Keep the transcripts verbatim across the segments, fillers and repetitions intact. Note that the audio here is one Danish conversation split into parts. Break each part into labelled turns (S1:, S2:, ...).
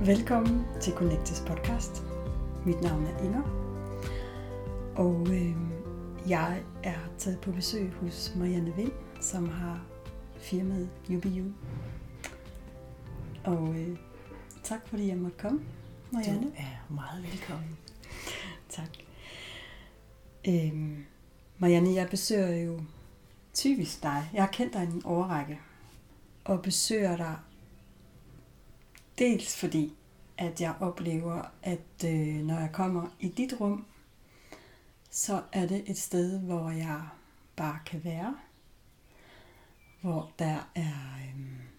S1: Velkommen til Connectes podcast. Mit navn er Inger, og øh, jeg er taget på besøg hos Marianne Vind, som har firmaet U B U. Og øh, tak fordi jeg måtte komme, Marianne.
S2: Du er meget velkommen.
S1: Tak. Øh, Marianne, jeg besøger jo typisk dig. Jeg har kendt dig en årrække, og besøger dig dels fordi, at jeg oplever, at øh, når jeg kommer i dit rum, så er det et sted, hvor jeg bare kan være. Hvor der er, øh,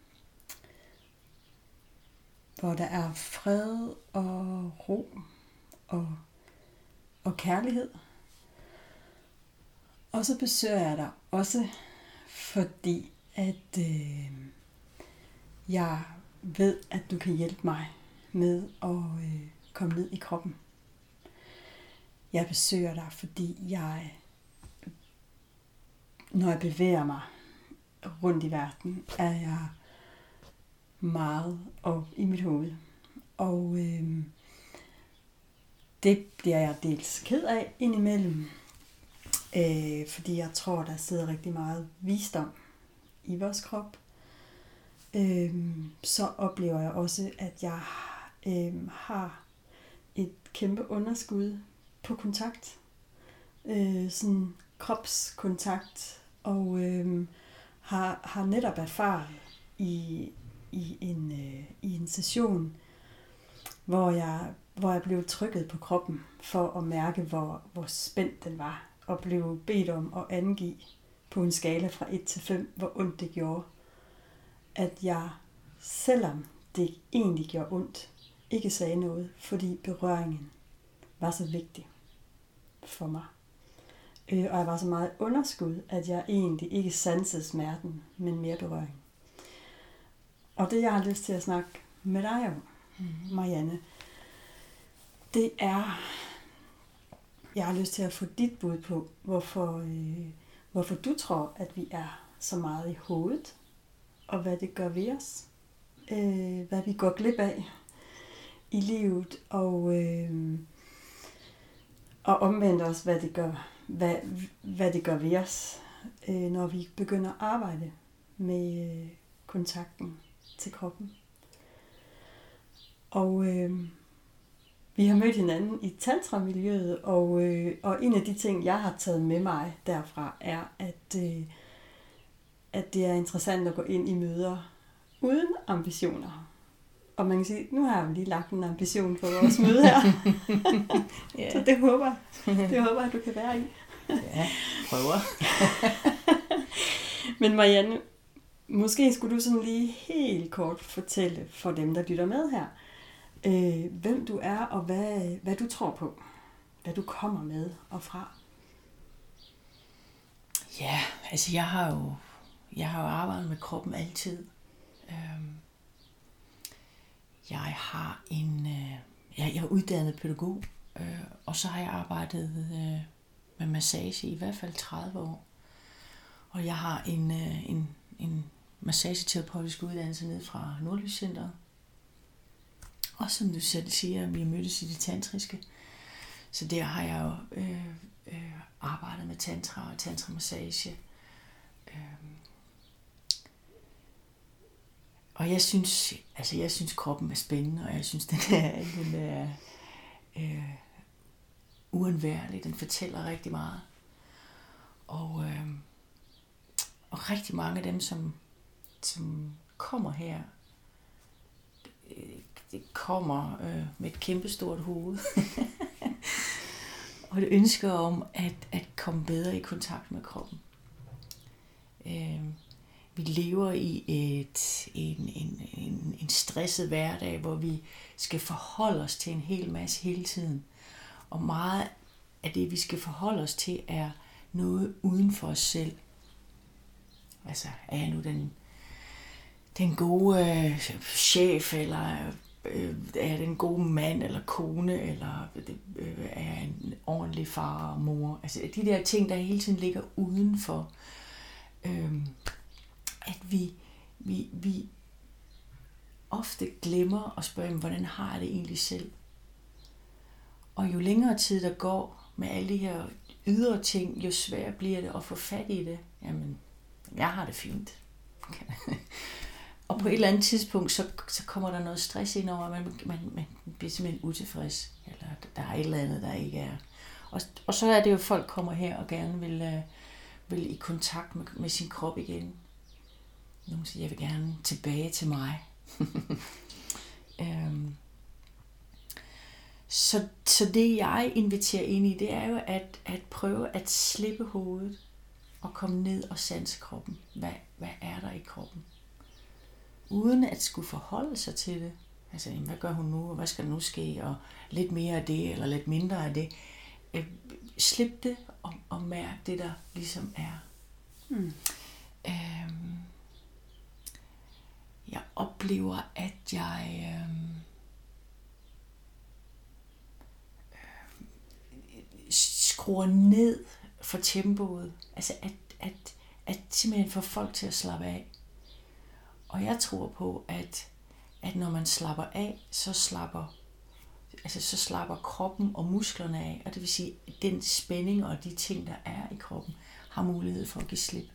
S1: hvor der er fred og ro og, og kærlighed. Og så besøger jeg dig også, fordi at øh, jeg ved, at du kan hjælpe mig med at øh, komme ned i kroppen. Jeg besøger dig, fordi jeg, når jeg bevæger mig rundt i verden, er jeg meget op i mit hoved. Og øh, det bliver jeg dels ked af indimellem, øh, fordi jeg tror, der sidder rigtig meget visdom i vores krop. Øhm, så oplever jeg også, at jeg øhm, har et kæmpe underskud på kontakt. Øh, sådan kropskontakt. Og øhm, har, har netop erfaret i, i, en, øh, i en session, hvor jeg, hvor jeg blev trykket på kroppen for at mærke, hvor, hvor spændt den var. Og blev bedt om at angive på en skala fra et til fem, hvor ondt det gjorde. At jeg, selvom det egentlig gjorde ondt, ikke sagde noget, fordi berøringen var så vigtig for mig. Øh, og jeg var så meget underskud, at jeg egentlig ikke sansede smerten, men mere berøring. Og det, jeg har lyst til at snakke med dig om, mm-hmm. Marianne, det er, jeg har lyst til at få dit bud på, hvorfor, øh, hvorfor du tror, at vi er så meget i hovedet, og hvad det gør ved os, øh, hvad vi går glip af i livet, og, øh, og omvendt også, hvad det gør, hvad, hvad det gør ved os, øh, når vi begynder at arbejde med øh, kontakten til kroppen. Og øh, vi har mødt hinanden i tantra-miljøet, og, øh, og en af de ting, jeg har taget med mig derfra, er, at øh, at det er interessant at gå ind i møder uden ambitioner. Og man kan sige, nu har jeg jo lige lagt en ambition for vores møde her. Yeah. Så det håber, det håber jeg, du kan være i.
S2: Ja, prøver.
S1: Men Marianne, måske skulle du sådan lige helt kort fortælle for dem, der lytter med her, øh, hvem du er og hvad, hvad du tror på. Hvad du kommer med og fra.
S2: Ja, altså jeg har jo Jeg har jo arbejdet med kroppen altid. Jeg har en, jeg er uddannet pædagog, og så har jeg arbejdet med massage i hvert fald tredive år. Og jeg har en, en, en massageterapeutisk uddannelse ned fra Nordlyscenteret. Og som du selv siger, vi mødtes i det tantriske. Så der har jeg jo øh, øh, arbejdet med tantra og tantramassage. Øh, Og jeg synes, altså jeg synes kroppen er spændende, og jeg synes den er, den er øh, uundværlig. Den fortæller rigtig meget. Og, øh, og rigtig mange af dem, som, som kommer her, det kommer øh, med et kæmpestort hoved. og et ønske om at, at komme bedre i kontakt med kroppen. Øh, Vi lever i et, en, en, en, en stresset hverdag, hvor vi skal forholde os til en hel masse hele tiden. Og meget af det, vi skal forholde os til, er noget uden for os selv. Altså, er jeg nu den, den gode øh, chef, eller øh, er jeg den gode mand, eller kone, eller øh, er jeg en ordentlig far og mor? Altså, de der ting, der hele tiden ligger udenfor. Øh, at vi, vi, vi ofte glemmer at spørge, hvordan har jeg det egentlig selv? Og jo længere tid der går med alle de her ydre ting, jo sværere bliver det at få fat i det. Jamen, jeg har det fint. Og på et eller andet tidspunkt, så, så kommer der noget stress ind over, man, man, man bliver simpelthen utilfreds. Eller der er et eller andet, der ikke er. Og, og så er det jo, at folk kommer her og gerne vil, øh, vil i kontakt med, med sin krop igen. Nogle siger, jeg vil gerne tilbage til mig. øhm. Så, så det jeg inviterer ind i, det er jo at, at prøve at slippe hovedet og komme ned og sanse kroppen. Hvad, hvad er der i kroppen? Uden at skulle forholde sig til det. Altså, hvad gør hun nu, og hvad skal der nu ske, og lidt mere af det, eller lidt mindre af det. Øh, slip det og, og mærk det, der ligesom er. Mm. Øhm, jeg oplever, at jeg... Øhm, skruer ned for tempoet. Altså at, at, at simpelthen få folk til at slappe af. Og jeg tror på, at, at når man slapper af, så slapper, altså så slapper kroppen og musklerne af. Og det vil sige, at den spænding og de ting, der er i kroppen, har mulighed for at give slip.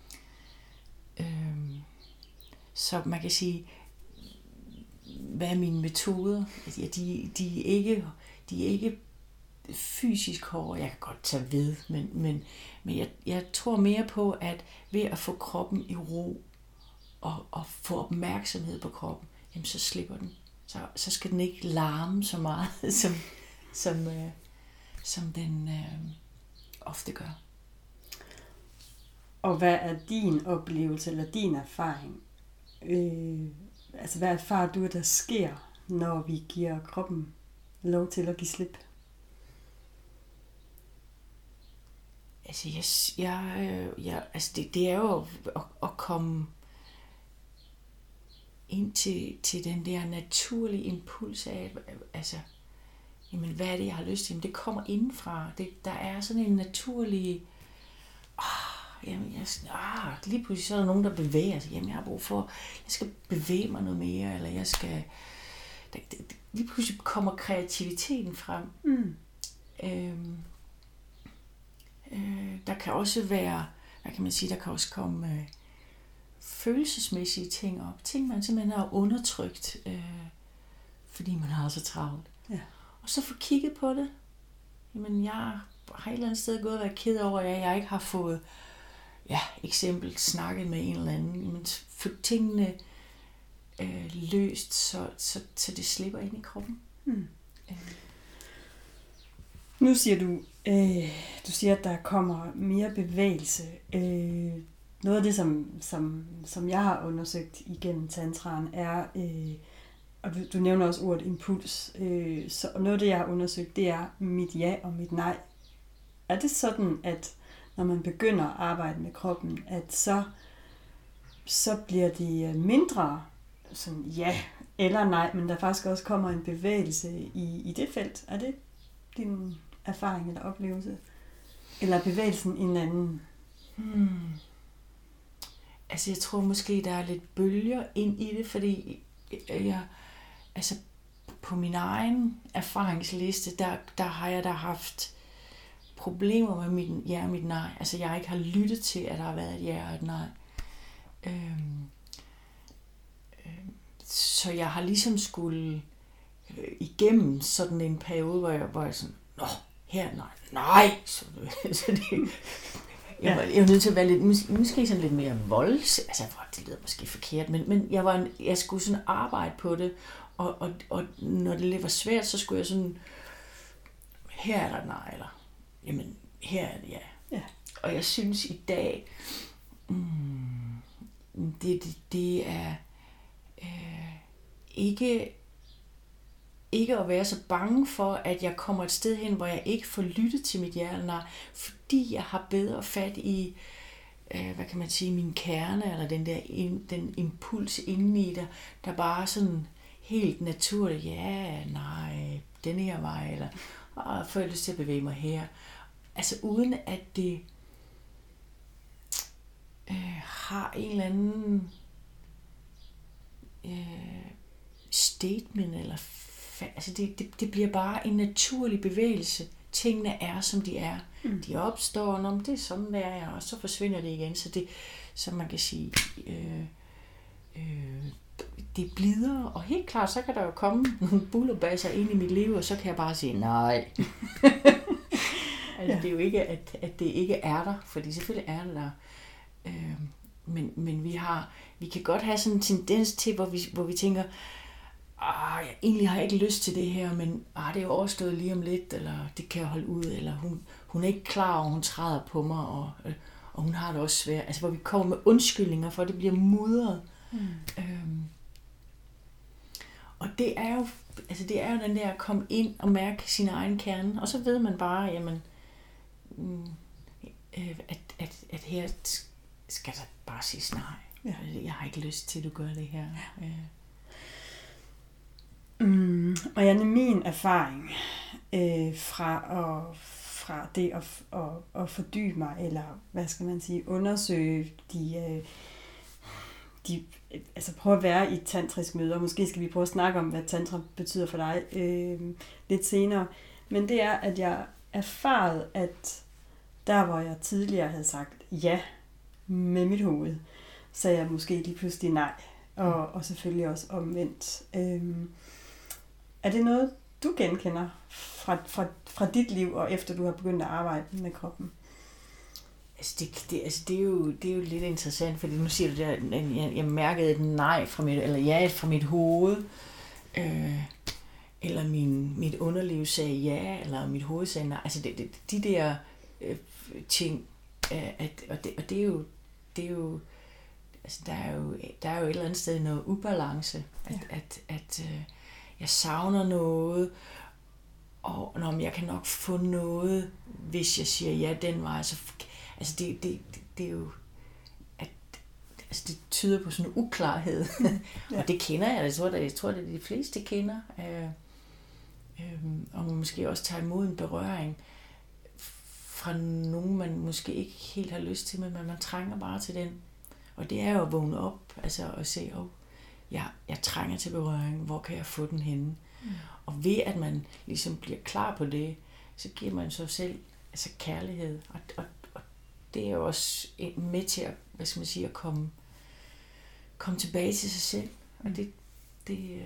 S2: Øhm, så man kan sige, hvad er mine metoder? Ja, de, de, er ikke, de er ikke fysisk hårde. Jeg kan godt tage ved, men, men, men jeg, jeg tror mere på, at ved at få kroppen i ro, og, og få opmærksomhed på kroppen, jamen så slipper den. Så, så skal den ikke larme så meget, som, som, øh, som den øh, ofte gør.
S1: Og hvad er din oplevelse, eller din erfaring? Øh, altså hvad erfarer du, der sker, når vi giver kroppen lov til at give slip?
S2: Altså, jeg, jeg, jeg, altså det, det er jo at, at komme ind til, til den der naturlige impuls af, altså, jamen, hvad er det, jeg har lyst til? Jamen, det kommer indenfra. Det, der er sådan en naturlig, ah, jamen, jeg, ah, lige pludselig så er der nogen, der bevæger sig. Jamen, jeg har brug for, jeg skal bevæge mig noget mere, eller jeg skal, der, der, lige pludselig kommer kreativiteten frem. Mm. Øhm, øh, der kan også være, hvad kan man sige, der kan også komme øh, følelsesmæssige ting op. Ting, man simpelthen har undertrykt, øh, fordi man har så travlt. Ja. Og så få kigget på det. Jamen, jeg har et eller andet sted gået og været ked over, at jeg ikke har fået, ja, eksempel snakket med en eller anden. Jamen, få tingene øh, løst, så, så, så det slipper ind i kroppen. Hmm. Øh.
S1: Nu siger du, øh, du siger, at der kommer mere bevægelse. Øh, noget af det, som, som, som jeg har undersøgt igennem tantraen, er, øh, og du, du nævner også ordet impuls, øh, så noget af det, jeg har undersøgt, det er mit ja og mit nej. Er det sådan, at når man begynder at arbejde med kroppen, at så, så bliver det mindre sådan ja eller nej, men der faktisk også kommer en bevægelse i, i det felt? Er det din erfaring eller oplevelse? Eller bevægelsen en anden?
S2: Hmm. Altså, jeg tror måske, der er lidt bølger ind i det, fordi jeg, altså, på min egen erfaringsliste, der, der har jeg da haft problemer med mit ja og mit nej. Altså, jeg ikke har lyttet til, at der har været et ja og et nej. Øhm, øhm, så jeg har ligesom skulle øh, igennem sådan en periode, hvor jeg, hvor jeg sådan, nå, her nej, nej. Så, så det, jeg, var, jeg var nødt til at være lidt, måske, måske sådan lidt mere volds. Altså, det lyder måske forkert, men, men jeg, var, jeg skulle sådan arbejde på det, og, og, og når det lidt var svært, så skulle jeg sådan, her er der et nej, eller jamen, her er det ja. Ja. Og jeg synes i dag, mm, det, det, det er øh, ikke, ikke at være så bange for, at jeg kommer et sted hen, hvor jeg ikke får lyttet til mit hjerte, nej, fordi jeg har bedre fat i, øh, hvad kan man sige, min kerne, eller den der den impuls indeni, der, der bare sådan helt naturligt, ja, nej, denne her vej, eller åh, får jeg lyst til at bevæge mig her. Altså uden at det øh, har en eller anden øh, statement, eller fa- altså det, det, det bliver bare en naturlig bevægelse. Tingene er, som de er. Mm. De opstår, når det er sådan, der er, og så forsvinder det igen. Så det, som man kan sige, øh, øh, det blider, og helt klart, så kan der jo komme nogle bullerbasser ind i mit liv, og så kan jeg bare sige, nej. Altså, ja. Det er jo ikke, at, at det ikke er der, fordi selvfølgelig er det der. Øh, men, men vi har, vi kan godt have sådan en tendens til, hvor vi, hvor vi tænker, ah, jeg egentlig har jeg ikke lyst til det her, men ah, det er jo overstået lige om lidt, eller det kan jeg holde ud, eller hun, hun er ikke klar, og hun træder på mig, og, og hun har det også svært. Altså, hvor vi kommer med undskyldninger, for det bliver mudret. Mm. Øhm, og det er jo, altså det er jo den der at komme ind og mærke sin egen kerne, og så ved man bare, jamen, mm, øh, at, at, at her skal der bare siges nej. Ja. Jeg har ikke lyst til, at du gør det her. Ja. Øh.
S1: Mm, og Janne, min erfaring øh, fra, at, fra det at, at, at fordybe mig, eller hvad skal man sige, undersøge de, øh, de, altså prøve at være i et tantrisk møde, og måske skal vi prøve at snakke om, hvad tantra betyder for dig øh, lidt senere, men det er, at jeg erfarede, at der, hvor jeg tidligere havde sagt ja med mit hoved, så jeg måske lige pludselig nej, og, og selvfølgelig også omvendt. Øh, Er det noget, du genkender fra, fra, fra dit liv, og efter du har begyndt at arbejde med kroppen?
S2: Altså det, det, altså det, er, jo, det er jo lidt interessant, fordi nu siger du der, at jeg, jeg mærkede et nej fra mit, eller ja fra mit hoved, øh, eller min, mit underliv sagde ja, eller mit hoved sagde nej. Altså det, det, de der øh, ting, øh, at, og, det, og det er jo, det er jo, altså der er jo, der er jo et eller andet sted noget ubalance, at, ja. at, at øh, jeg savner noget, og når jeg kan nok få noget, hvis jeg siger ja den vej. Så, altså det, det, det, det er jo, at, altså det tyder på sådan en uklarhed. Ja. Og det kender jeg, jeg tror, det, jeg tror, det er de fleste kender. Øh, øh, og man måske også tager imod en berøring fra nogen, man måske ikke helt har lyst til, men man trænger bare til den. Og det er jo at vågne op, altså at se, oh, jeg, jeg trænger til berøring, hvor kan jeg få den henne? Mm. Og ved at man ligesom bliver klar på det, så giver man sig selv altså kærlighed. Og, og, og det er jo også med til at, hvad skal man sige, at komme, komme tilbage til sig selv. Og det, det,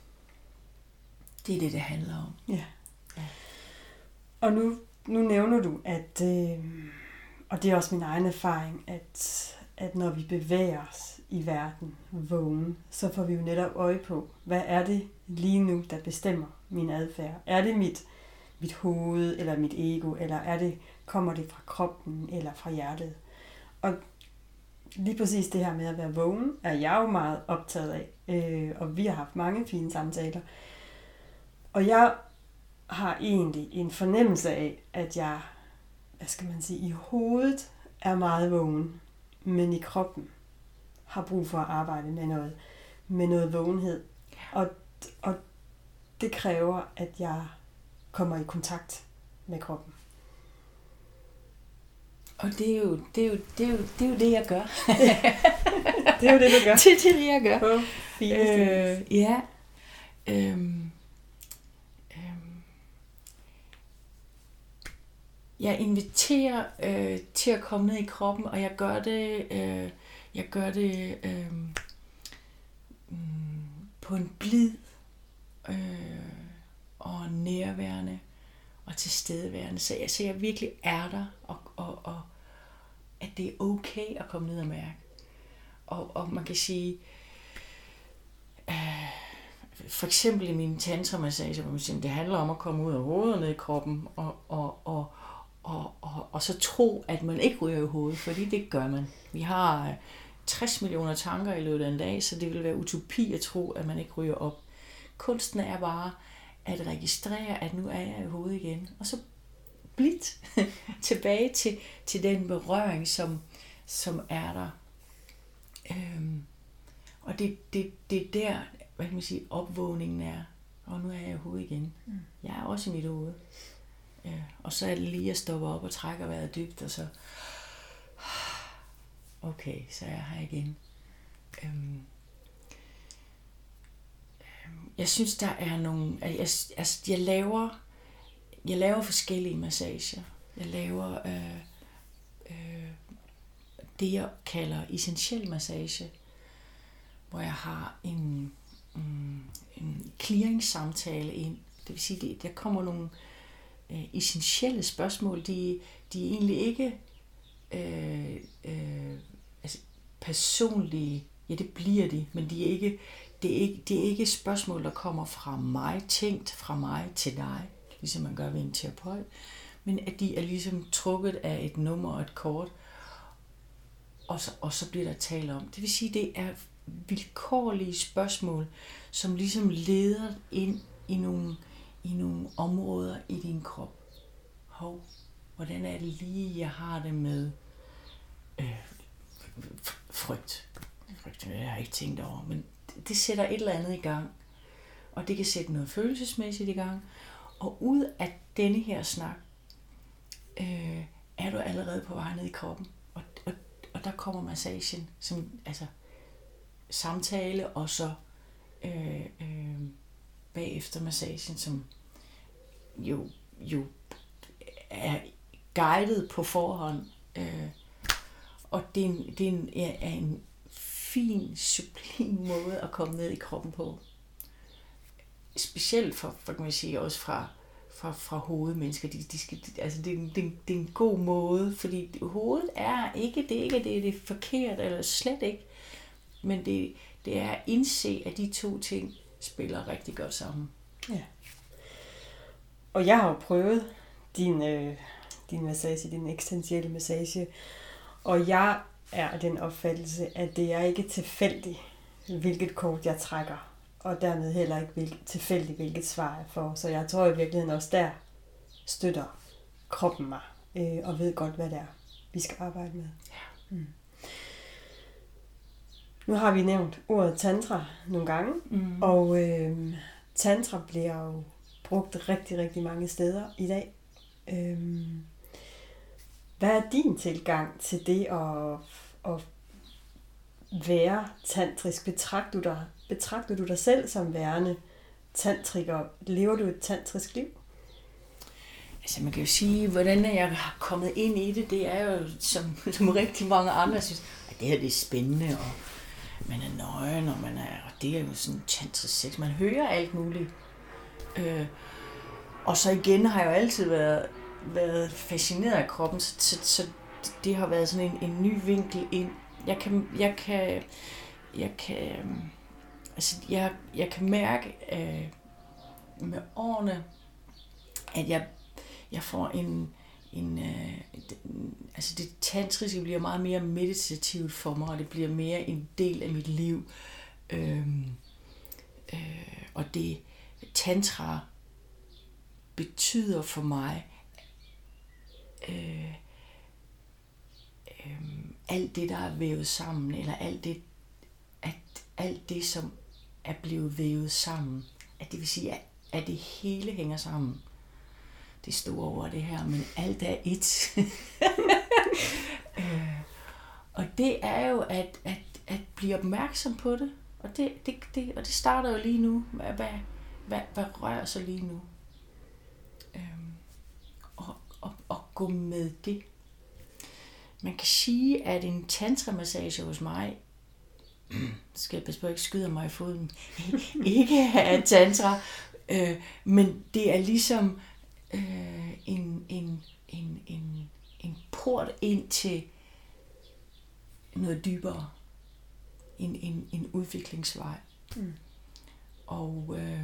S2: det er det, det handler om.
S1: Ja. Ja. Og nu, nu nævner du, at, øh, og det er også min egen erfaring, at, at når vi bevæger os i verden vågen, så får vi jo netop øje på, hvad er det lige nu, der bestemmer min adfærd? Er det mit, mit hoved, eller mit ego, eller er det, kommer det fra kroppen, eller fra hjertet? Og lige præcis det her med at være vågen, er jeg jo meget optaget af, øh, og vi har haft mange fine samtaler. Og jeg har egentlig en fornemmelse af, at jeg, hvad skal man sige, i hovedet er meget vågen, men i kroppen har brug for at arbejde med noget, med noget vågenhed. Og, og det kræver, at jeg kommer i kontakt med kroppen.
S2: Og det er jo det, er jo, det, er jo, det, er jo det jeg gør.
S1: Det er jo det, du gør.
S2: Det er det, jeg gør.
S1: På fire
S2: øh, ja. Øhm, øhm, jeg inviterer øh, til at komme ned i kroppen, og jeg gør det... Øh, Jeg gør det øh, mm, på en blid øh, og nærværende og tilstedeværende. Så jeg, så jeg virkelig er der, og, og, og at det er okay at komme ned og mærke. Og, og man kan sige, øh, for eksempel i mine tantra-massager, hvor man siger, det handler om at komme ud af hovedet og ned i kroppen, og, og, og, og, og, og så tro, at man ikke ryger i hovedet, fordi det gør man. Vi har tres millioner tanker i løbet af en dag, så det vil være utopi at tro, at man ikke ryger op. Kunsten er bare at registrere, at nu er jeg i hovedet igen, og så blidt tilbage til, til den berøring, som, som er der. Øhm, og det, det, det er der, hvad kan man sige, opvågningen er. Og nu er jeg i hovedet igen. Mm. Jeg er også i mit hoved. Ja, og så er det lige at stoppe op og trække vejret dybt, og så okay, så er jeg her igen. Øhm, øhm, jeg synes, der er nogle... Jeg, altså, jeg laver... Jeg laver forskellige massager. Jeg laver øh, øh, det, jeg kalder essentiel massage, hvor jeg har en, en, en clearing-samtale ind. Det vil sige, at der kommer nogle øh, essentielle spørgsmål. De, de er egentlig ikke øh, øh, altså personlige. Ja, det bliver de, men de er ikke, det, er ikke, det er ikke spørgsmål, der kommer fra mig, tænkt fra mig til dig, ligesom man gør ved en terapeut, men at de er ligesom trukket af et nummer og et kort, og så, og så bliver der talt om. Det vil sige, det er vilkårlige spørgsmål, som ligesom leder ind i nogle, i nogle områder i din krop. Hov, hvordan er det lige, jeg har det med øh, frygt? Frygt, jeg har ikke tænkt over, men det, det sætter et eller andet i gang, og det kan sætte noget følelsesmæssigt i gang. Og ud af denne her snak, øh, er du allerede på vej ned i kroppen. Og, og, og der kommer massagen, som, altså samtale, og så øh, øh, bagefter massagen, som jo, jo er guidet på forhånd. Øh, og det er en, det er en, er en fin, sublim måde at komme ned i kroppen på. Specielt for, for kan man sige, også fra, fra, fra hovedmennesker. De, de skal, de, altså det, er en, det, er en, det er en god måde, fordi hovedet er ikke det, ikke det, det er forkert, eller slet ikke. Men det, det er at indse, at de to ting spiller rigtig godt sammen.
S1: Ja. Og jeg har jo prøvet din, øh, din massage, din eksistentielle massage, og jeg er af den opfattelse, at det er ikke tilfældigt, hvilket kort jeg trækker, og dermed heller ikke hvilket, tilfældigt, hvilket svar jeg får. Så jeg tror i virkeligheden også der støtter kroppen mig, øh, og ved godt, hvad det er, vi skal arbejde med.
S2: Ja.
S1: Mm. Nu har vi nævnt ordet tantra nogle gange, mm. og øh, tantra bliver jo brugt rigtig, rigtig mange steder i dag. Øh, hvad er din tilgang til det at, at være tantrisk? Betragter du dig, betragter du dig selv som værende tantriker? Lever du et tantrisk liv?
S2: Altså man kan jo sige, hvordan jeg har kommet ind i det, det er jo som, som rigtig mange andre synes, at det her det er spændende, og man er nøgen, og man er, og det er jo sådan tantrisk sex. Man hører alt muligt. Øh, og så igen har jeg jo altid været, været fascineret af kroppen, så, så, så det har været sådan en, en ny vinkel ind. Jeg kan, jeg kan, jeg kan, altså jeg, jeg kan mærke øh, med årene, at jeg, jeg får en, en øh, altså det tantriske bliver meget mere meditativt for mig, og det bliver mere en del af mit liv. Øh, øh, og det tantra betyder for mig øh, øh, alt det, der er vævet sammen, eller alt det, at alt det, som er blevet vævet sammen, at det vil sige, at, at det hele hænger sammen. Det er store ord, det her, men alt er et. øh, og det er jo at, at, at blive opmærksom på det, og det, det, det, og det starter jo lige nu. Hvad, hvad, hvad, hvad rører sig lige nu? Øhm, og, og, og gå med det. Man kan sige, at en tantra-massage hos mig, skal jeg passe på, at jeg ikke skyder mig i foden, ikke er tantra, øh, men det er ligesom øh, en, en, en, en, en port ind til noget dybere, en, en, en udviklingsvej. Mm. Og øh,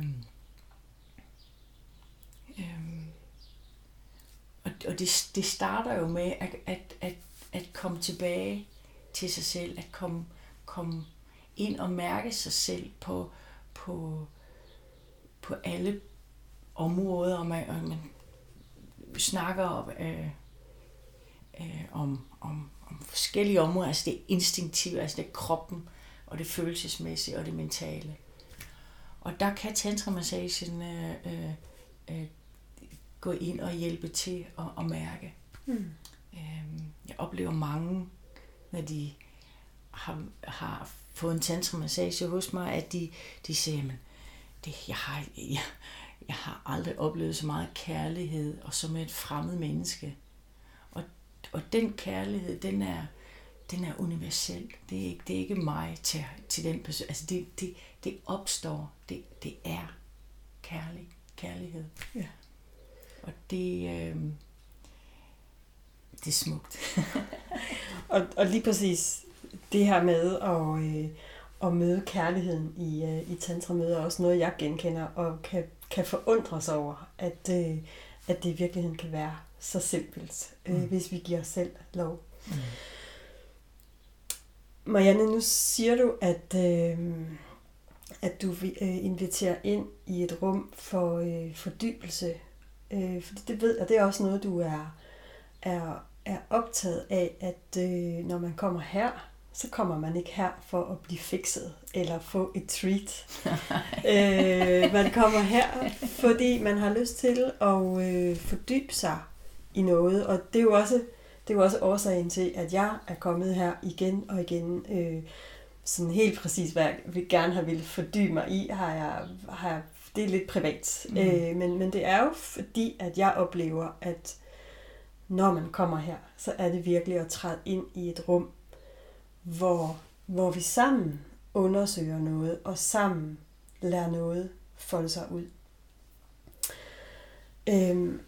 S2: øh, og, og det, det starter jo med at, at, at, at komme tilbage til sig selv, at komme, komme ind og mærke sig selv på, på, på alle områder, og man, og man snakker øh, øh, om, om, om forskellige områder, altså det instinktive, altså det er kroppen, og det følelsesmæssige, og det mentale. Og der kan tantramassagen øh, øh, øh, gå ind og hjælpe til at, at mærke. Mm. Øh, jeg oplever mange, når de har, har fået en tantramassage hos mig, at de, de siger, men det, jeg, har, jeg, jeg har aldrig oplevet så meget kærlighed, og så med et fremmed menneske. Og, og den kærlighed, den er, den er universel. Det er ikke, det er ikke mig til, til den person. Altså det, det, det opstår. Det, det er kærlig, kærlighed.
S1: Ja.
S2: Og det, øh, det er smukt.
S1: og, og lige præcis det her med at, øh, at møde kærligheden i, øh, i tantra-møder er også noget, jeg genkender og kan, kan forundre sig over, at, øh, at det i virkeligheden kan være så simpelt, øh, mm. hvis vi giver os selv lov. Mm. Marianne, nu siger du, at, øh, at du øh, inviterer ind i et rum for øh, fordybelse. Øh, for det ved jeg, det er også noget, du er, er, er optaget af, at øh, når man kommer her, så kommer man ikke her for at blive fikset eller få et treat. øh, man kommer her, fordi man har lyst til at øh, fordybe sig i noget, og det er jo også Det er jo også årsagen til, at jeg er kommet her igen og igen. Øh, sådan helt præcis, hvad jeg vil gerne have ville fordybe mig i, har jeg, har jeg, det er lidt privat. Mm. Øh, men, men det er jo fordi, at jeg oplever, at når man kommer her, så er det virkelig at træde ind i et rum, hvor, hvor vi sammen undersøger noget, og sammen lærer noget folde sig ud. Øh,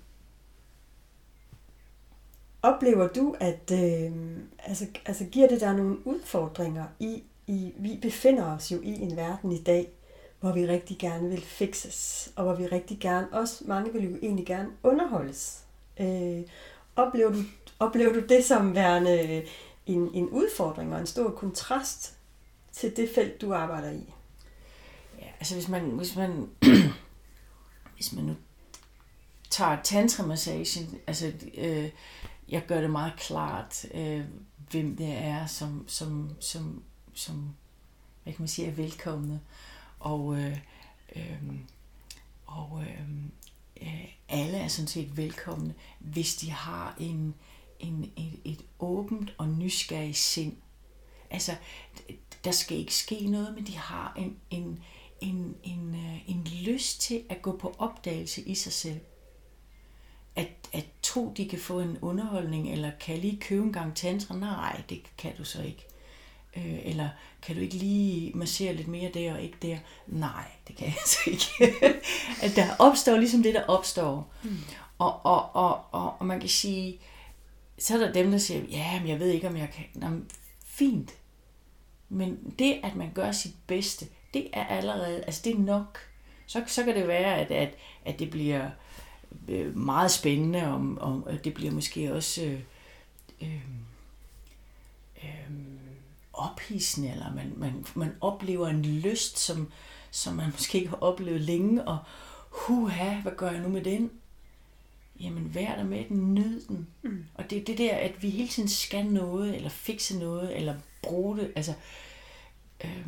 S1: Oplever du, at øh, altså, altså giver det der nogle udfordringer i, i, vi befinder os jo i en verden i dag, hvor vi rigtig gerne vil fixes, og hvor vi rigtig gerne, også mange vil jo egentlig gerne underholdes. Øh, oplever, du, oplever du det som værende en, en udfordring og en stor kontrast til det felt, du arbejder i?
S2: Ja, altså hvis man, hvis man, hvis man nu tager tantra-massagen, altså øh, jeg gør det meget klart, øh, hvem det er, som, som, som, som hvad kan man sige, er velkomne. Og, øh, øh, og øh, alle er sådan set velkomne, hvis de har en, en, et, et åbent og nysgerrigt sind. Altså, der skal ikke ske noget, men de har en, en, en, en, en lyst til at gå på opdagelse i sig selv. At, at tro, de kan få en underholdning, eller kan jeg lige købe en gang tantra? Nej, det kan du så ikke. Øh, eller kan du ikke lige massere lidt mere der og ikke der? Nej, det kan jeg så ikke. At der opstår ligesom det, der opstår. Mm. Og, og, og, og, og man kan sige, så er der dem, der siger, ja, men jeg ved ikke, om jeg kan. Nå, fint. Men det, at man gør sit bedste, det er allerede, altså det er nok. Så, så kan det være, at, at, at det bliver meget spændende, og, og det bliver måske også øh, øh, øh, ophidsende, eller man, man, man oplever en lyst, som, som man måske ikke har oplevet længe, og huha, hvad gør jeg nu med den? Jamen, vær der med den, nyd den. Mm. Og det er det der, at vi hele tiden skal noget, eller fikse noget, eller bruge det, altså øh,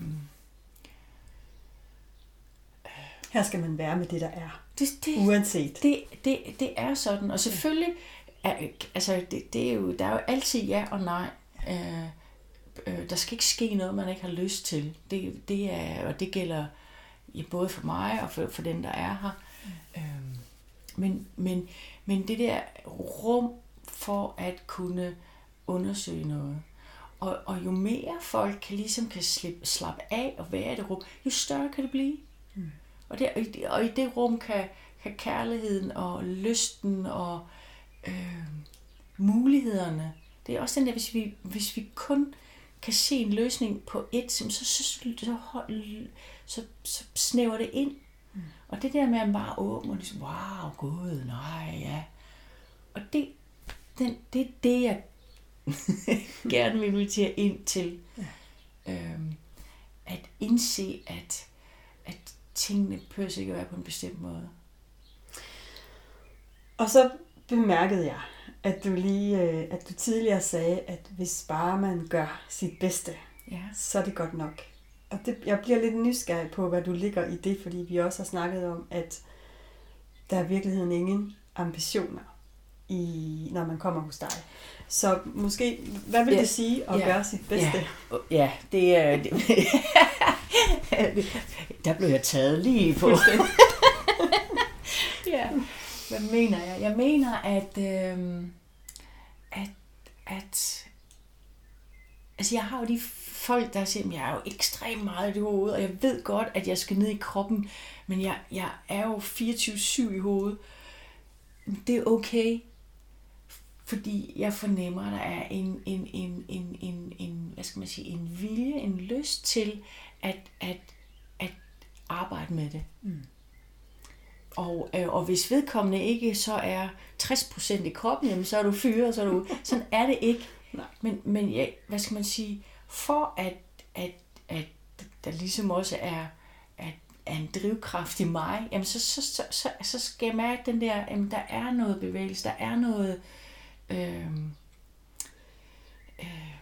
S1: her skal man være med det, der er.
S2: Det, det,
S1: Uanset.
S2: Det, det, det er sådan. Og selvfølgelig, er, altså, det, det er jo, der er jo altid ja og nej. Øh, øh, der skal ikke ske noget, man ikke har lyst til. Det, det er, og det gælder ja, både for mig og for, for den, der er her. Mm. Øh, men, men, men det der rum for at kunne undersøge noget. Og, og jo mere folk kan, ligesom kan slippe, slappe af og være i det rum, jo større kan det blive. Mm. Og, det, og i det rum kan, kan kærligheden og lysten og øh, mulighederne, det er også den der, hvis vi, hvis vi kun kan se en løsning på et, så, så, så, så, så, så snæver det ind. Mm. Og det der med at bare åbne og ligesom, wow, gud, nej, ja. Og det, den, det er det, jeg gerne vil invitere ind til. Ja. Øhm, at indse, at, at tingene behøver ikke at være på en bestemt måde.
S1: Og så bemærkede jeg, at du lige, at du tidligere sagde, at hvis bare man gør sit bedste, ja, så er det godt nok. Og det, jeg bliver lidt nysgerrig på, hvad du ligger i det, fordi vi også har snakket om, at der er i virkeligheden ingen ambitioner, i, når man kommer hos dig. Så måske, hvad vil ja, det sige at ja, gøre sit bedste?
S2: Ja, ja det er... Det, Der blev jeg taget lige på. Ja. Hvad mener jeg? Jeg mener, at, øh, at, at altså jeg har jo de folk, der siger, at jeg er jo ekstremt meget i hovedet, og jeg ved godt, at jeg skal ned i kroppen, men jeg, jeg er jo fireogtyve syv i hovedet. Det er okay, fordi jeg fornemmer, at der er en, en, en, en, en, en, hvad skal man sige, en vilje, en lyst til at, at, at arbejde med det. Mm. Og, øh, og hvis vedkommende ikke så er tres procent i kroppen, jamen, så er du fyret, så er du... Sådan er det ikke. Nej. Men, men ja, hvad skal man sige, for at, at, at der ligesom også er, at, er en drivkraft i mig, jamen så, så, så, så, så skal jeg mærke den der, jamen der er noget bevægelse, der er noget, øh, øh,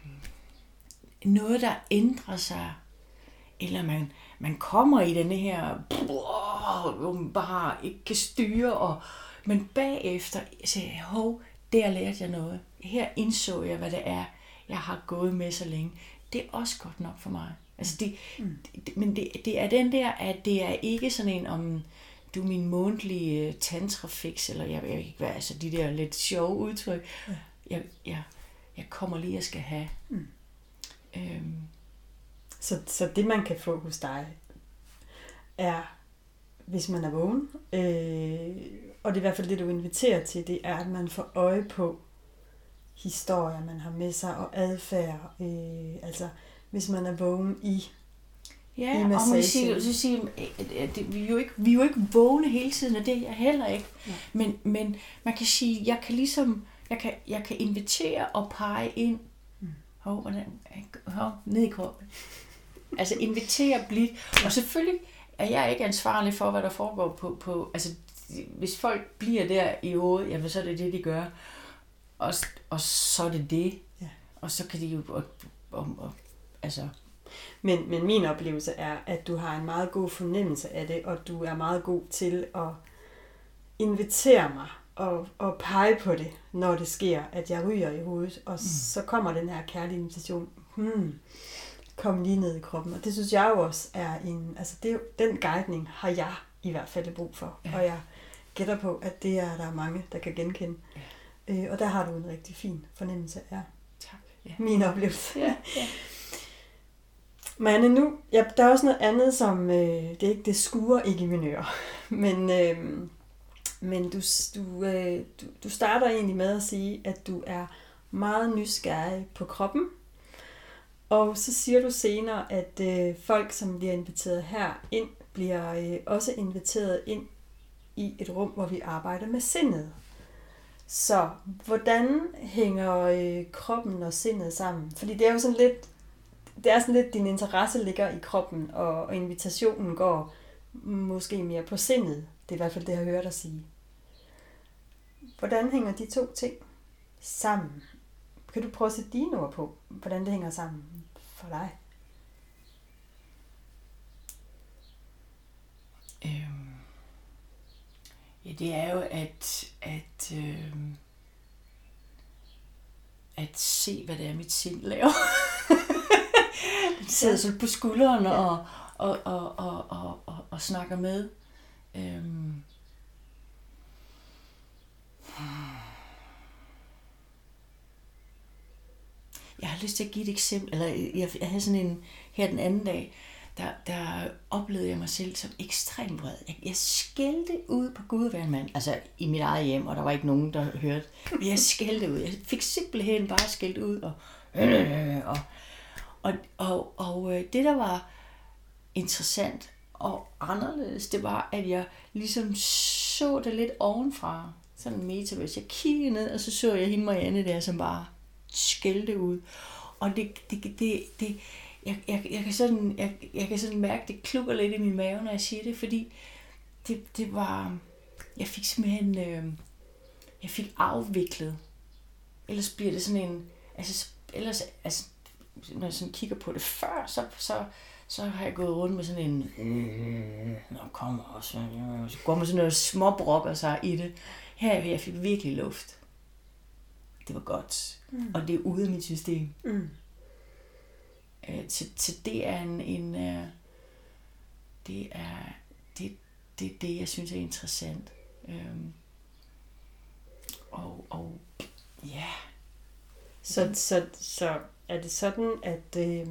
S2: noget der ændrer sig, eller man, man kommer i denne her, hvor man bare ikke kan styre, og, men bagefter siger jeg, hov, der lærte jeg noget. Her indså jeg, hvad det er, jeg har gået med så længe. Det er også godt nok for mig. Altså det, mm. det, men det, det er den der, at det er ikke sådan en, om du er min månedlige tantrafix, eller jeg ved ikke hvad, altså de der lidt sjove udtryk. Ja. Jeg, jeg, jeg kommer lige og skal have. Mm. Øhm.
S1: Så, så det man kan få hos dig, er, hvis man er vågen, øh, og det er i hvert fald det, du inviterer til, det er, at man får øje på historier, man har med sig, og adfærd. Øh, altså, hvis man er vågen i
S2: Ja, i og man siger, så siger, at vi, er jo ikke, vi er jo ikke vågne hele tiden, og det er jeg heller ikke. Ja. Men, men man kan sige, jeg kan ligesom, jeg kan, jeg kan invitere og pege ind, mm. hov, hvordan, hov, ned i kroppen. Altså invitere blidt, og selvfølgelig er jeg ikke ansvarlig for, hvad der foregår på, på altså hvis folk bliver der i hovedet, jamen så er det det, de gør, og, og så er det det, ja. Og så kan de jo, og, og, og, altså...
S1: Men, men min oplevelse er, at du har en meget god fornemmelse af det, og du er meget god til at invitere mig og, og pege på det, når det sker, at jeg ryger i hovedet, og mm. så kommer den her kærlige invitation, hmm, kom lige ned i kroppen, og det synes jeg jo også er en, altså det, den guidning har jeg i hvert fald brug for, ja. Og jeg gætter på, at det er der mange, der kan genkende, ja. øh, og der har du en rigtig fin fornemmelse af
S2: tak. Ja.
S1: Min oplevelse.
S2: Ja, ja.
S1: Manne, nu, ja, der er også noget andet, som, øh, det er ikke, det skuer ikke i mine ører, men, øh, men du, du, øh, du, du starter egentlig med at sige, at du er meget nysgerrig på kroppen, og så siger du senere, at øh, folk, som bliver inviteret her ind, bliver øh, også inviteret ind i et rum, hvor vi arbejder med sindet. Så hvordan hænger øh, kroppen og sindet sammen? Fordi det er jo sådan lidt, det er sådan lidt, din interesse ligger i kroppen, og, og invitationen går måske mere på sindet. Det er i hvert fald det, jeg har hørt dig sige. Hvordan hænger de to ting sammen? Kan du prøve at sætte dine ord på, hvordan det hænger sammen for dig?
S2: Øhm, ja, det er jo at, at, øh, at se, hvad det er, mit sind laver. Sidder så på skulderen ja. og, og, og, og, og, og, og snakker med. Øhm. Jeg har lyst til at give et eksempel, eller jeg, jeg havde sådan en, her den anden dag, der, der oplevede jeg mig selv som ekstremt vred. Jeg, jeg skældte ud på Gud og hver en mand, altså i mit eget hjem, og der var ikke nogen, der hørte. Men jeg skældte ud. Jeg fik simpelthen bare skældt ud, og, øh, og Og, og, og det, der var interessant og anderledes, det var, at jeg ligesom så det lidt ovenfra. Sådan en metaverse. Jeg kiggede ned, og så så jeg hende Marianne der, som bare skældte ud. Og det, det, det, det jeg, jeg, jeg, kan sådan, jeg, jeg kan sådan mærke, det klukker lidt i min mave, når jeg siger det, fordi det, det var, jeg fik simpelthen, øh, jeg fik afviklet. Ellers bliver det sådan en, altså, ellers, altså, når jeg sådan kigger på det før, så, så, så har jeg gået rundt med sådan en, øh, nå kommer også, så går man sådan noget småbrokker sig i det. Her jeg fik virkelig luft. Det var godt, mm. og det er ude af mit system. Mm. Øh, så, så det er en, en, det er det, det, det, jeg synes er interessant. Øhm, og, og ja.
S1: Så, så, så er det sådan, at, øh,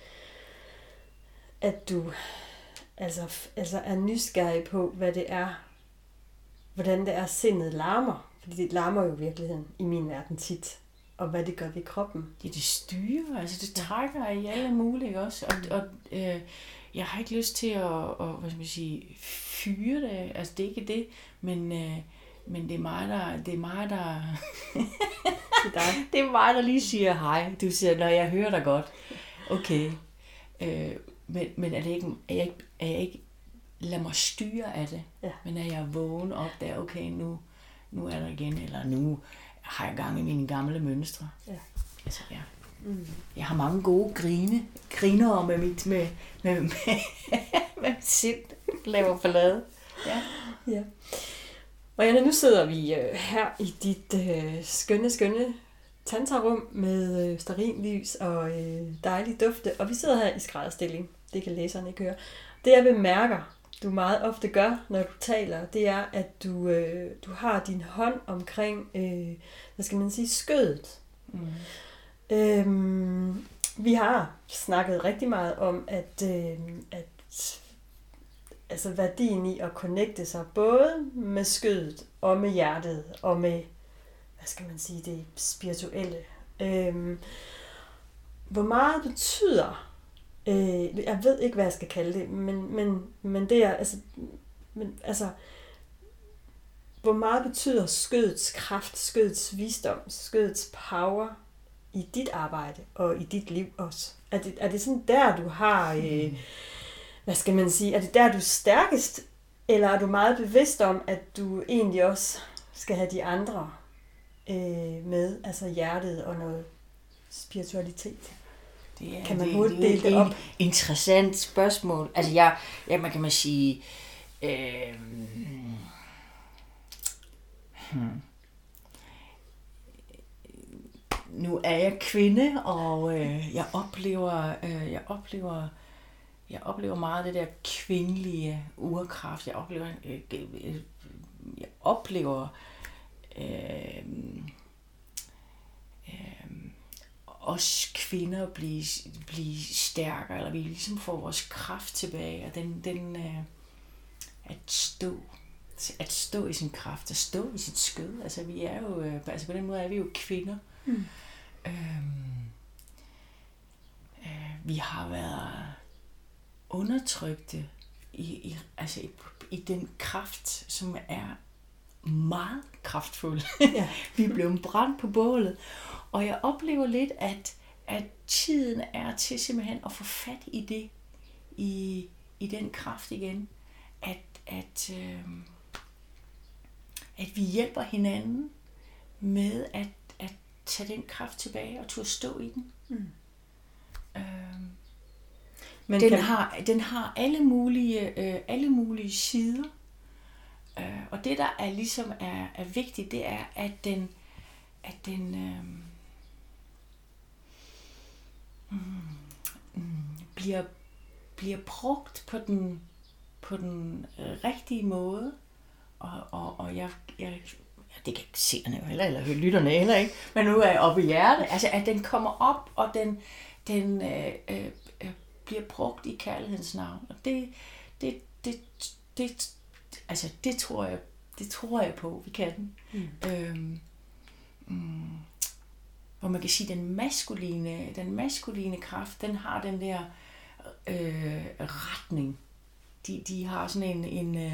S1: at du altså, altså er nysgerrig på, hvad det er, hvordan det er, sindet larmer. Fordi det larmer jo i virkeligheden i min verden tit. Og hvad det gør ved kroppen.
S2: Ja, det styrer, altså det trækker i alle mulige også. Og, og øh, jeg har ikke lyst til at, og, hvad skal man sige, fyre det. Altså det er ikke det, men, øh, men det er mig, der... Det er mig, der,
S1: det, er
S2: det er mig, der lige siger hej. Du siger, når jeg hører dig godt. Okay. Øh, men, men er det ikke... Er jeg ikke, er jeg ikke lad mig styre af det.
S1: Ja.
S2: Men er jeg vågen op der, okay, nu, nu er der igen, eller nu har jeg gang i mine gamle mønstre.
S1: Ja.
S2: Altså, ja.
S1: Mm.
S2: Jeg har mange gode grine, griner med mit, med, med, med, med mit sind, laver ballade. Ja.
S1: Ja. Marianne, nu sidder vi øh, her i dit øh, skønne, skønne tantrarum med øh, stearinlys og øh, dejlige dufte, og vi sidder her i skrædderstilling. Det kan læserne ikke høre. Det jeg bemærker, du meget ofte gør, når du taler, det er, at du, øh, du har din hånd omkring, øh, hvad skal man sige, skødet. Mm. Øhm, vi har snakket rigtig meget om, at, øh, at altså værdien i at connecte sig både med skødet og med hjertet og med, hvad skal man sige, det spirituelle. Øhm, hvor meget betyder Øh, jeg ved ikke, hvad jeg skal kalde det, men, men, men det er, altså, men, altså, hvor meget betyder skødets kraft, skødets visdom, skødets power i dit arbejde og i dit liv også? Er det, er det sådan der, du har, øh, hvad skal man sige, er det der, du er stærkest, eller er du meget bevidst om, at du egentlig også skal have de andre øh, med, altså hjertet og noget spiritualitet?
S2: Det er,
S1: kan man
S2: det,
S1: hurtigt
S2: det
S1: dele det
S2: er
S1: op?
S2: et interessant spørgsmål. Altså jeg, ja, man kan man sige, øh, hmm. nu er jeg kvinde, og øh, jeg oplever, øh, jeg oplever, jeg oplever meget det der kvindelige urkraft. Jeg oplever, øh, øh, jeg oplever. Øh, øh, os kvinder blive, blive stærkere, eller vi ligesom får vores kraft tilbage, og den, den øh, at stå, at stå i sin kraft, at stå i sit skød. Altså vi er jo, øh, altså på den måde er vi jo kvinder. Mm. Øhm, øh, vi har været undertrykte i, i, altså i, i den kraft, som er meget kraftfuld. Ja. Vi er blevet brændt på bålet. Og jeg oplever lidt, at, at tiden er til simpelthen at få fat i det, i, i den kraft igen. At, at, øh, at vi hjælper hinanden med at, at tage den kraft tilbage og turde stå i den. Mm. Øh, Men den, kan... har, den har alle mulige, øh, alle mulige sider. Øh, og det, der er ligesom er, er vigtigt, det er, at den, at den øh, mm, mm, bliver, bliver brugt på den, på den rigtige måde. Og, og, og jeg, jeg, det kan seerne jo heller, eller lytterne heller ikke, men nu er jeg oppe i hjertet. Altså, at den kommer op, og den, den øh, øh, bliver brugt i kærlighedens navn. Og det, det, det, det, altså, det tror jeg, det tror jeg på, vi kan den. Mm. Øhm, mm, hvor man kan sige, den maskuline, den maskuline kraft, den har den der øh, retning. De, de har sådan en, en øh,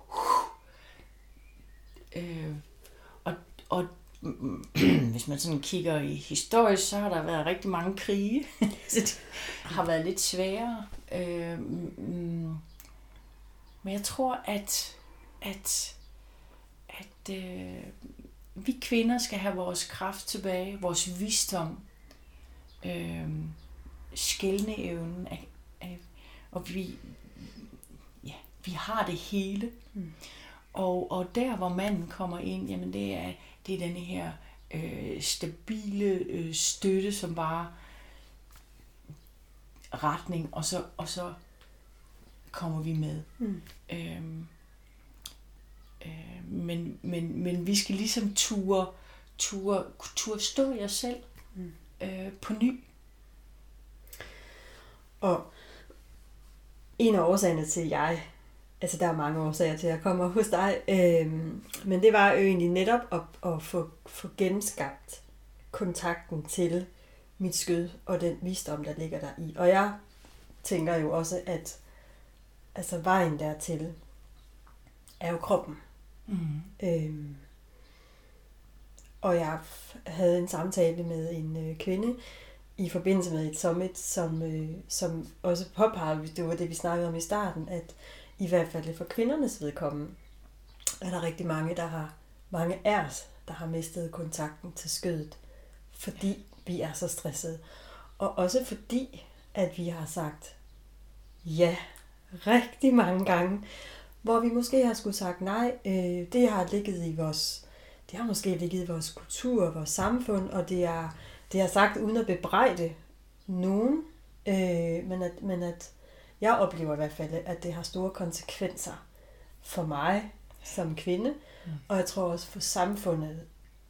S2: øh, og, og hvis man sådan kigger i historisk, så har der været rigtig mange krige. Så det har været lidt sværere. Øh, mm, men jeg tror, at, at, at øh, vi kvinder skal have vores kraft tilbage, vores visdom, øh, skelneevnen, af, af, og vi, ja, vi har det hele. Mm. Og, og der, hvor manden kommer ind, jamen det er, det er denne her øh, stabile øh, støtte, som bare retning, og så, og så kommer vi med.
S1: Mm.
S2: Øhm, øh, men, men, men vi skal ligesom ture, ture, ture stå i os selv mm. øh, på ny.
S1: Og en af årsagerne til, at jeg, altså der er mange årsager til, at jeg kommer hos dig, øhm, men det var jo egentlig netop at, at få, få genskabt kontakten til mit skød og den visdom, der ligger der i. Og jeg tænker jo også, at altså vejen dertil er jo kroppen.
S2: Mm.
S1: Øhm, og jeg havde en samtale med en øh, kvinde i forbindelse med et summit, som, øh, som også påpegede, det var det, vi snakkede om i starten, at i hvert fald for kvindernes vedkommende, er der rigtig mange, der har, mange af os, der har mistet kontakten til skødet, fordi vi er så stressede. Og også fordi, at vi har sagt ja rigtig mange gange, hvor vi måske har skulle sagt nej. Øh, det har ligget i vores, det har måske ligget i vores kultur, vores samfund, og det er, det er sagt uden at bebrejde nogen, øh, men, at, men at jeg oplever i hvert fald, at det har store konsekvenser for mig som kvinde, mm. og jeg tror også for samfundet,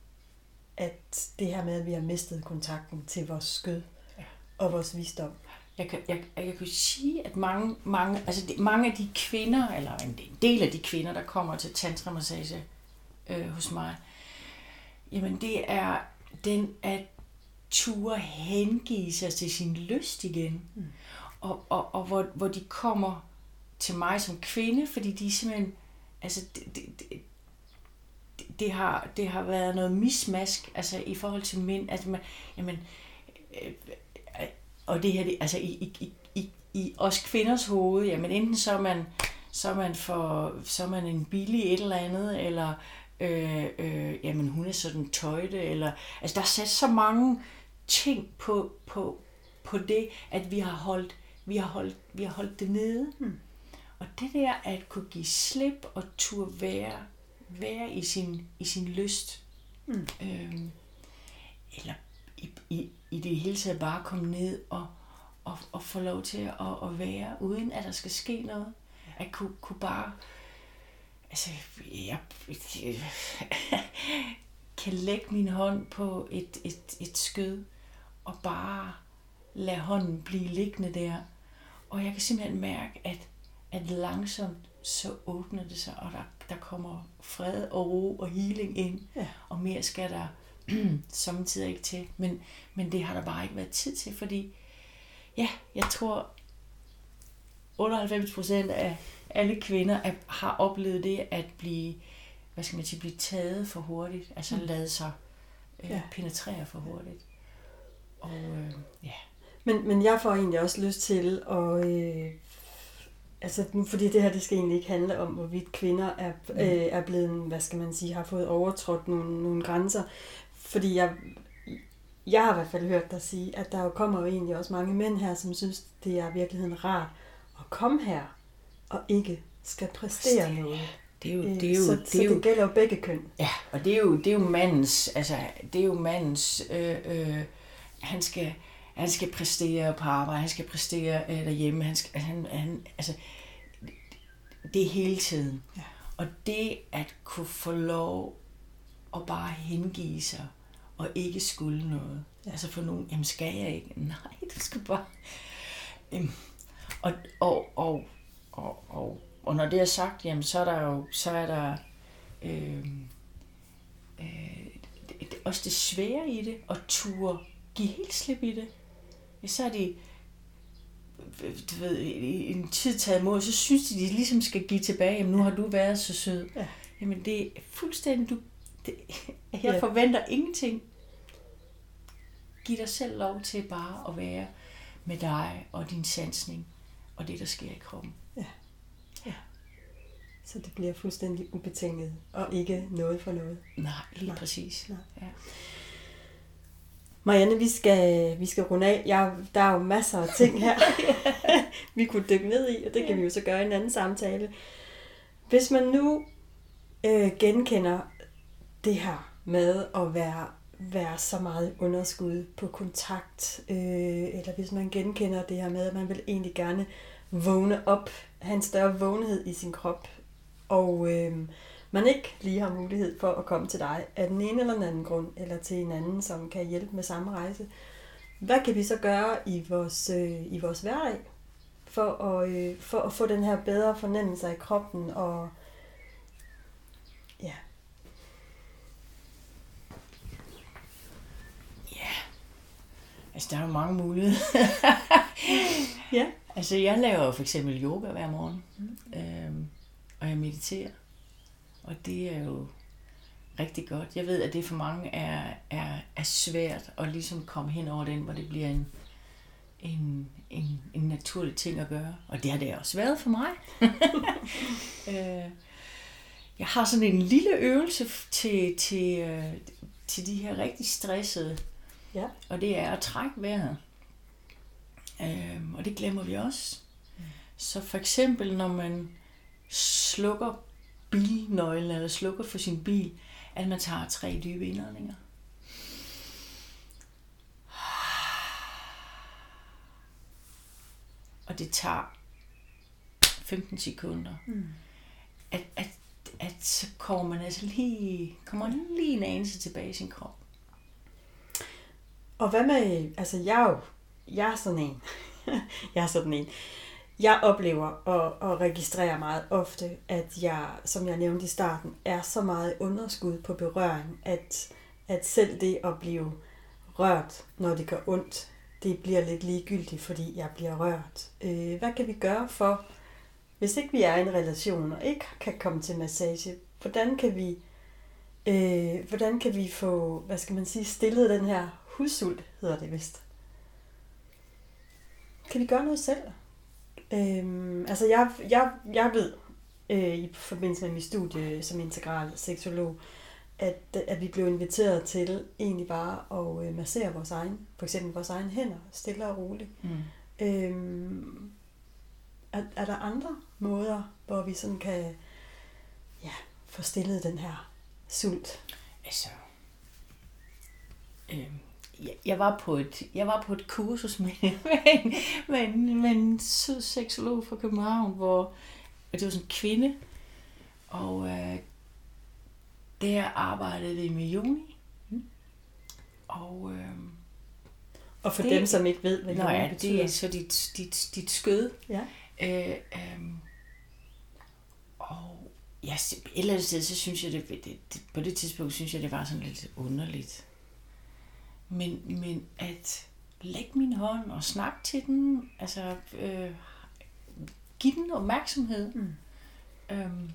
S1: at det her med, at vi har mistet kontakten til vores skød ja. og vores visdom.
S2: Jeg kan, jeg, jeg kan sige, at mange, mange, altså de, mange af de kvinder, eller en del af de kvinder, der kommer til tantramassage øh, hos mig, jamen det er den at ture hengive sig til sin lyst igen. Mm. Og, og, og hvor, hvor de kommer til mig som kvinde, fordi de simpelthen, altså det, det, det, det, har, det har været noget mismask, altså i forhold til mænd, altså man, jamen, øh, og det her, det, altså i, i, i, i os kvinders hoved, jamen enten så er man, så er man, for, så er man en billig et eller andet, eller øh, øh, jamen hun er sådan tøjte, eller, altså der er sat så mange ting på, på, på det, at vi har holdt, vi har holdt, vi har holdt det nede. Hmm. Og det der at kunne give slip og turde være, være i sin, i sin lyst, hmm. øhm, eller i, i, i det hele taget bare komme ned og, og, og få lov til at, at være, uden at der skal ske noget. At kunne, kunne bare, altså, jeg, jeg kan lægge min hånd på et, et, et skød, og bare lade hånden blive liggende der. Og jeg kan simpelthen mærke, at, at langsomt så åbner det sig, og der, der kommer fred og ro og healing ind. Ja. Og mere skal der samtidig ikke til. Men, men det har der bare ikke været tid til, fordi ja, jeg tror otteoghalvfems procent af alle kvinder er, har oplevet det at blive, hvad skal man sige, blive taget for hurtigt, altså mm. lade sig øh, ja. penetrere for hurtigt. Og øh, ja.
S1: Men, men jeg får egentlig også lyst til at, øh, altså nu, fordi det her, det skal egentlig ikke handle om, hvorvidt kvinder er, mm. øh, er blevet, hvad skal man sige, har fået overtrådt nogle, nogle grænser. Fordi jeg, jeg har i hvert fald hørt dig sige, at der jo kommer jo egentlig også mange mænd her, som synes, det er i virkeligheden rart at komme her, og ikke skal præstere præstere. noget.
S2: Det er jo, det er jo,
S1: så,
S2: det er
S1: så
S2: jo,
S1: det gælder jo begge køn.
S2: Ja, og det er jo, det er jo mandens, altså det er jo mandens, øh, øh, han skal, han skal præstere på arbejde, han skal præstere øh, derhjemme, han skal, han, han, altså det er hele tiden. Ja. Og det at kunne få lov at bare hengive sig, og ikke skulle noget. Ja. Altså for nogen, jamen skal jeg ikke? Nej, du skal bare. Øhm, og, og, og, og, og, og når det er sagt, jamen så er der jo, så er der øh, øh, det, også det svære i det, at turde give helt slip i det. Så er de, du ved, i en tid taget imod, så synes de, de ligesom skal give tilbage, jamen nu har du været så sød. Ja. Jamen det er fuldstændig, du, det, jeg ja. forventer ingenting. Giv dig selv lov til bare at være med dig og din sansning og det, der sker i kroppen.
S1: Ja. Ja. Så det bliver fuldstændig ubetinget og ikke noget for noget.
S2: Nej, lige Nej. præcis. Nej. Ja.
S1: Marianne, vi skal, vi skal runde af. Jeg, der er jo masser af ting her, vi kunne dykke ned i, og det kan vi jo så gøre i en anden samtale. Hvis man nu øh, genkender det her med at være, være så meget underskud på kontakt, øh, eller hvis man genkender det her med, at man vil egentlig gerne vågne op, have en større vågenhed i sin krop, og øh, man ikke lige har mulighed for at komme til dig af den ene eller den anden grund, eller til en anden, som kan hjælpe med samme rejse. Hvad kan vi så gøre i vores, øh, i vores hverdag, for at, øh, for at få den her bedre fornemmelse i kroppen, og ja.
S2: Ja, altså der er jo mange muligheder.
S1: Ja.
S2: Altså jeg laver for eksempel yoga hver morgen, mm. øhm, og jeg mediterer, og det er jo rigtig godt. Jeg ved, at det for mange er, er, er svært at ligesom komme hen over den, hvor det bliver en, en, en, en naturlig ting at gøre. Og det har det også været for mig. øh, jeg har sådan en lille øvelse til, til, øh, til de her rigtig stressede,
S1: ja.
S2: Og det er at trække vejret. Øh, og det glemmer vi også. Mm. Så for eksempel, når man slukker bilnøglen, eller slukker for sin bil, at man tager tre dybe indåndinger. Og det tager femten sekunder. Mm. At, at, at så kommer man altså lige, kommer lige en anelse tilbage i sin krop.
S1: Og hvad med, altså jeg er jo, jeg er sådan en, jeg er sådan en, jeg oplever og, og registrerer meget ofte, at jeg, som jeg nævnte i starten, er så meget underskud på berøring, at, at selv det at blive rørt, når det gør ondt, det bliver lidt ligegyldigt, fordi jeg bliver rørt. Øh, hvad kan vi gøre for, hvis ikke vi er i en relation og ikke kan komme til massage, hvordan kan vi, øh, hvordan kan vi få, hvad skal man sige, stillet den her hudsult, hedder det vist. Kan vi gøre noget selv? Øhm, altså jeg, jeg, jeg ved øh, i forbindelse med mit studie som integral seksolog, at, at vi blev inviteret til egentlig bare at øh, massere vores egen, for eksempel vores egen hænder, stille og roligt. Mm. Øhm, er, er der andre måder, hvor vi sådan kan ja, få stillet den her sult?
S2: Altså, øh, jeg, jeg var på et, jeg var på et kursus med, med, en, med, en, med en sød seksolog fra København, hvor det var sådan en kvinde, og øh, der arbejdede vi med yoni. Mm. Og, øh,
S1: og for det, dem, som ikke ved, hvad
S2: yoni
S1: ja, betyder.
S2: Det er så dit, dit, dit skød.
S1: Ja.
S2: Øh, øh, og ja, et eller andet sted, så synes jeg, det, det, det, på det tidspunkt synes jeg, det var sådan lidt underligt. Men, men at lægge min hånd og snakke til den, altså øh, give den opmærksomhed, mm. øhm,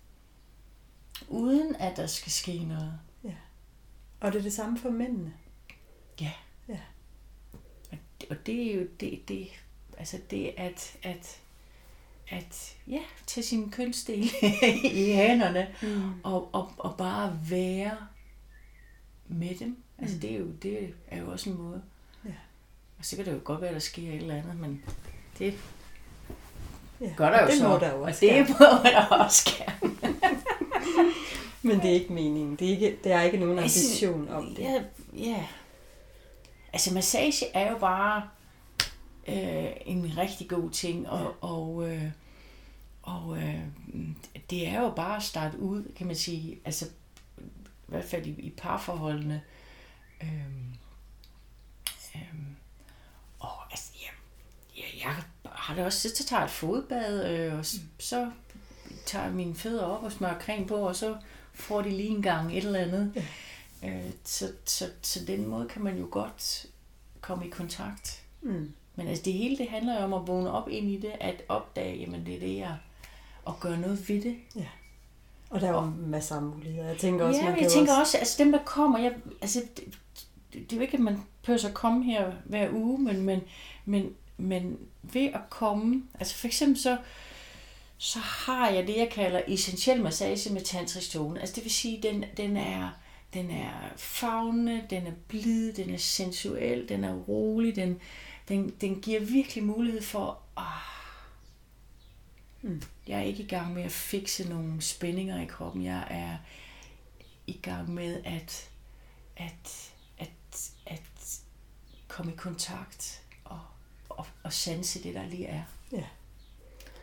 S2: uden at der skal ske noget.
S1: Ja. Og det er det samme for mændene.
S2: Ja.
S1: Ja.
S2: Og det, og det er jo det, det, altså det at, at, at ja, tage sin kønsdel i hænderne, mm. og, og, og bare være med dem. Altså mm. det, er jo, det er jo også en måde.
S1: Ja.
S2: Og så kan det jo godt være, at der sker et eller andet, men det
S1: ja.
S2: gør der jo
S1: det
S2: så.
S1: Må der jo
S2: og det må der også gerne.
S1: Men det er ikke meningen. Det er ikke, det er ikke nogen ambition om det.
S2: Ja, ja. Altså massage er jo bare øh, en rigtig god ting, og, ja. og, øh, og øh, det er jo bare at starte ud, kan man sige, altså i hvert fald i, i parforholdene. Øhm, øhm, og altså, ja, ja, jeg har det også, så tager jeg et fodbad, øh, og så, så tager jeg mine fødder op og smører creme på, og så får de lige en gang et eller andet. Ja. Øh, så, så, så den måde kan man jo godt komme i kontakt. Mm. Men altså det hele, det handler jo om at vågne op ind i det, at opdage, jamen det er det, jeg, og gøre noget ved det.
S1: Ja. Og der er jo masser af muligheder. Jeg tænker også,
S2: ja,
S1: man
S2: jeg
S1: kan
S2: tænker
S1: også...
S2: også, altså dem der kommer, jeg, altså det, det, det er jo ikke, at man behøver at komme her hver uge, men, men, men, men ved at komme, altså for eksempel så, så har jeg det, jeg kalder essentiel massage med tantrisk tone. Altså det vil sige, den, den er, den er favnende, den er blid, den er sensuel, den er rolig, den, den, den giver virkelig mulighed for, ah, mm. jeg er ikke i gang med at fikse nogle spændinger i kroppen. Jeg er i gang med at, at, at, at komme i kontakt og, og, og sanse det, der lige er.
S1: Ja.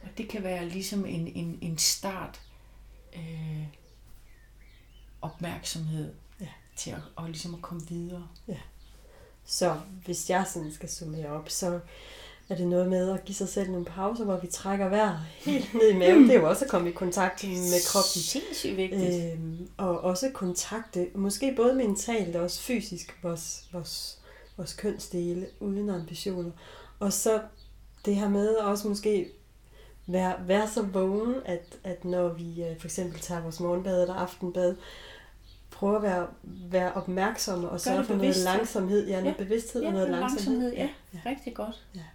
S2: Og det kan være ligesom en, en, en start øh, opmærksomhed
S1: Ja.
S2: til at, og ligesom at komme videre.
S1: Ja. Så hvis jeg sådan skal summere op, så er det noget med at give sig selv nogle pauser, hvor vi trækker vejret helt ned i maven. Det er jo også at komme i kontakt med kroppen.
S2: Sindssygt vigtigt.
S1: Øhm, og også kontakte, måske både mentalt og også fysisk, vores, vores, vores kønsdele, uden ambitioner. Og så det her med at også måske være, være så vågen, at, at når vi øh, for eksempel tager vores morgenbad eller aftenbad, prøve at være, være opmærksomme og sørge for noget langsomhed. Ja, noget ja. bevidsthed
S2: ja,
S1: og noget langsomhed.
S2: langsomhed. Ja, ja. Rigtig godt.
S1: Ja.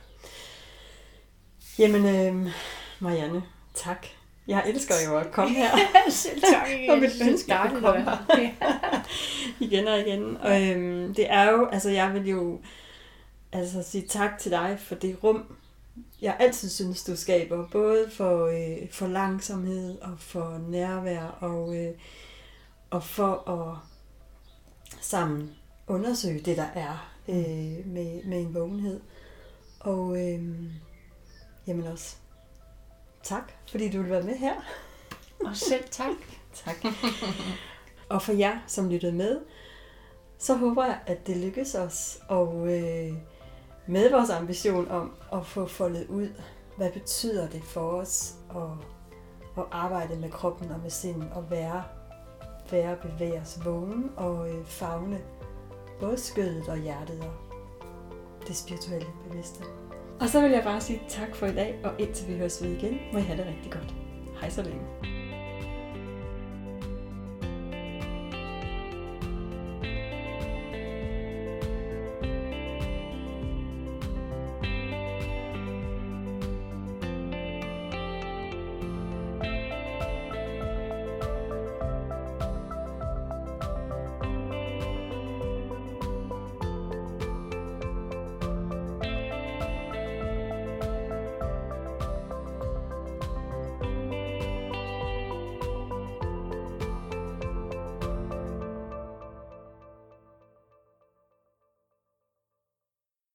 S1: Jamen, øh, Marianne, tak. Jeg elsker jo at komme her.
S2: Selv tak igen.
S1: Og mit ønske at komme her. igen og igen. Og øhm, det er jo, altså jeg vil jo altså sige tak til dig for det rum, jeg altid synes, du skaber. Både for, øh, for langsomhed og for nærvær og, øh, og for at sammen undersøge det, der er øh, med, med en vågenhed. Og øh, jamen også tak, fordi du vil være med her.
S2: Og selv tak.
S1: Tak. Og for jer, som lyttede med, så håber jeg, at det lykkes os. Og øh, med vores ambition om at få foldet ud, hvad betyder det for os at, at arbejde med kroppen og med sind og være, være bevæge os vågen og øh, favne både skødet og hjertet og det spirituelle bevidste. Og så vil jeg bare sige tak for i dag, og indtil vi høres ved igen, må I have det rigtig godt. Hej så længe.